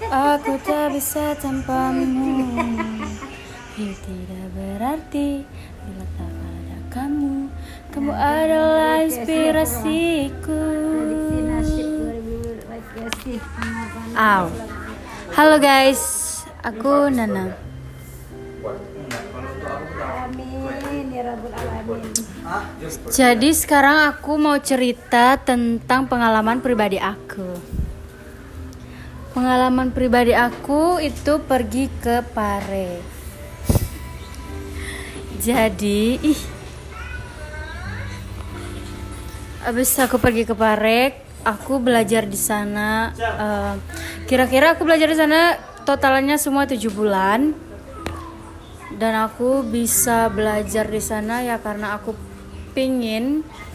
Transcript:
Aku tak bisa tanpamu. Hidup tidak berarti bila tak ada kamu. Kamu adalah inspirasiku. Aw. Halo guys, aku Nana. Jadi sekarang aku mau cerita tentang pengalaman pribadi aku. Pengalaman pribadi aku itu pergi ke Pare. Jadi, abis aku pergi ke Pare, aku belajar di sana. Kira-kira aku belajar di sana totalnya semua 7 bulan. Dan aku bisa belajar di sana ya karena aku pingin